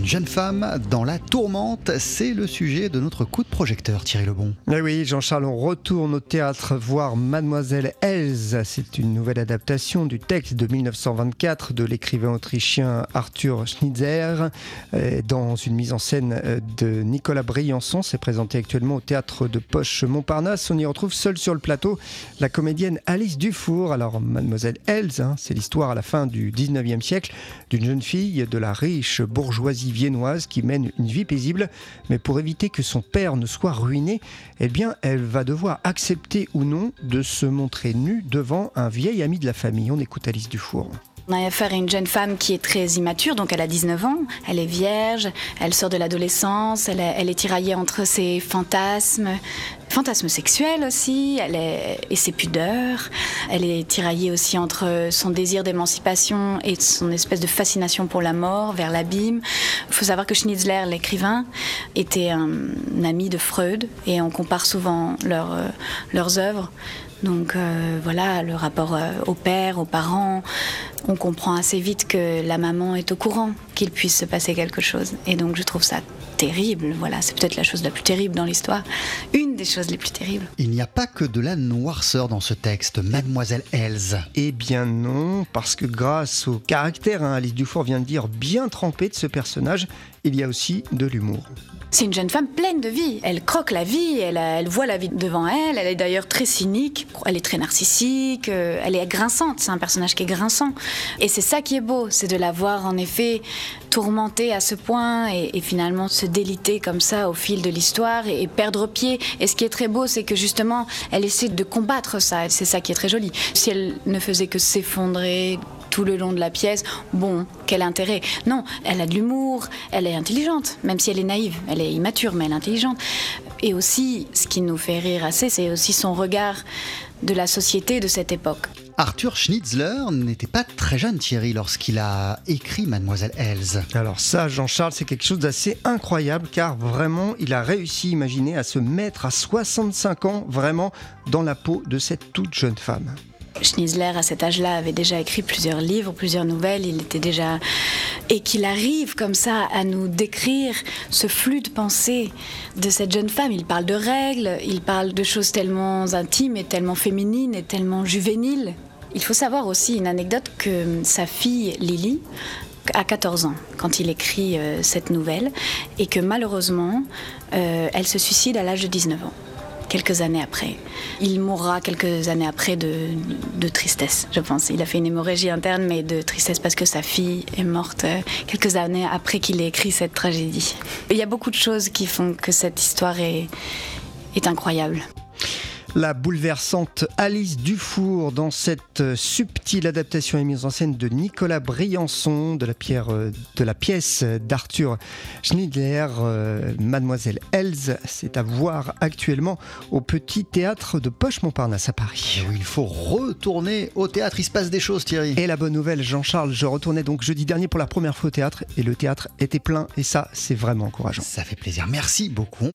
Une jeune femme dans la tourmente, c'est le sujet de notre coup de projecteur, Thierry Lebon. Mais oui, Jean-Charles, on retourne au théâtre voir Mademoiselle Else. C'est une nouvelle adaptation du texte de 1924 de l'écrivain autrichien Arthur Schnitzler, dans une mise en scène de Nicolas Briançon. C'est présenté actuellement au théâtre de Poche-Montparnasse. On y retrouve seule sur le plateau la comédienne Alice Dufour. Alors, Mademoiselle Else, c'est l'histoire à la fin du 19e siècle d'une jeune fille de la riche bourgeoisie viennoise qui mène une vie paisible, mais pour éviter que son père ne soit ruiné, eh bien, elle va devoir accepter ou non de se montrer nue devant un vieil ami de la famille. On écoute Alice Dufour. On a affaire à une jeune femme qui est très immature, donc elle a 19 ans, elle est vierge, elle sort de l'adolescence, elle est tiraillée entre ses fantasmes sexuels aussi, et ses pudeurs. Elle est tiraillée aussi entre son désir d'émancipation et son espèce de fascination pour la mort, vers l'abîme. Il faut savoir que Schnitzler, l'écrivain, était un ami de Freud, et on compare souvent leurs œuvres. Donc voilà, le rapport au père, aux parents, on comprend assez vite que la maman est au courant qu'il puisse se passer quelque chose. Et donc je trouve ça terrible, voilà, c'est peut-être la chose la plus terrible dans l'histoire, une des choses les plus terribles. Il n'y a pas que de la noirceur dans ce texte, Mademoiselle Else. Eh bien non, parce que grâce au caractère, Alice Dufour vient de dire, bien trempé de ce personnage, il y a aussi de l'humour. C'est une jeune femme pleine de vie. Elle croque la vie, elle voit la vie devant elle. Elle est d'ailleurs très cynique, elle est très narcissique, elle est grinçante. C'est un personnage qui est grinçant. Et c'est ça qui est beau, c'est de la voir en effet tourmentée à ce point et finalement se déliter comme ça au fil de l'histoire et perdre pied. Et ce qui est très beau, c'est que justement, elle essaie de combattre ça. C'est ça qui est très joli. Si elle ne faisait que s'effondrer tout le long de la pièce, bon, quel intérêt? Non, elle a de l'humour, elle est intelligente, même si elle est naïve, elle est immature, mais elle est intelligente. Et aussi, ce qui nous fait rire assez, c'est aussi son regard de la société de cette époque. Arthur Schnitzler n'était pas très jeune, Thierry, lorsqu'il a écrit Mademoiselle Else. Alors ça, Jean-Charles, c'est quelque chose d'assez incroyable, car vraiment, il a réussi, imaginez, à se mettre à 65 ans, vraiment, dans la peau de cette toute jeune femme. Schnitzler, à cet âge-là, avait déjà écrit plusieurs livres, plusieurs nouvelles. Il était déjà... Et qu'il arrive comme ça à nous décrire ce flux de pensée de cette jeune femme. Il parle de règles, il parle de choses tellement intimes et tellement féminines et tellement juvéniles. Il faut savoir aussi une anecdote que sa fille Lily a 14 ans quand il écrit cette nouvelle et que malheureusement, elle se suicide à l'âge de 19 ans. Quelques années après. Il mourra quelques années après de tristesse, je pense. Il a fait une hémorragie interne, mais de tristesse parce que sa fille est morte quelques années après qu'il ait écrit cette tragédie. Il y a beaucoup de choses qui font que cette histoire est incroyable. La bouleversante Alice Dufour dans cette subtile adaptation et mise en scène de Nicolas Briançon de la pièce d'Arthur Schnitzler, Mademoiselle Else. C'est à voir actuellement au Petit Théâtre de Poche-Montparnasse à Paris. Et où il faut retourner au théâtre, il se passe des choses, Thierry. Et la bonne nouvelle, Jean-Charles, je retournais donc jeudi dernier pour la première fois au théâtre et le théâtre était plein et ça, c'est vraiment encourageant. Ça fait plaisir, merci beaucoup.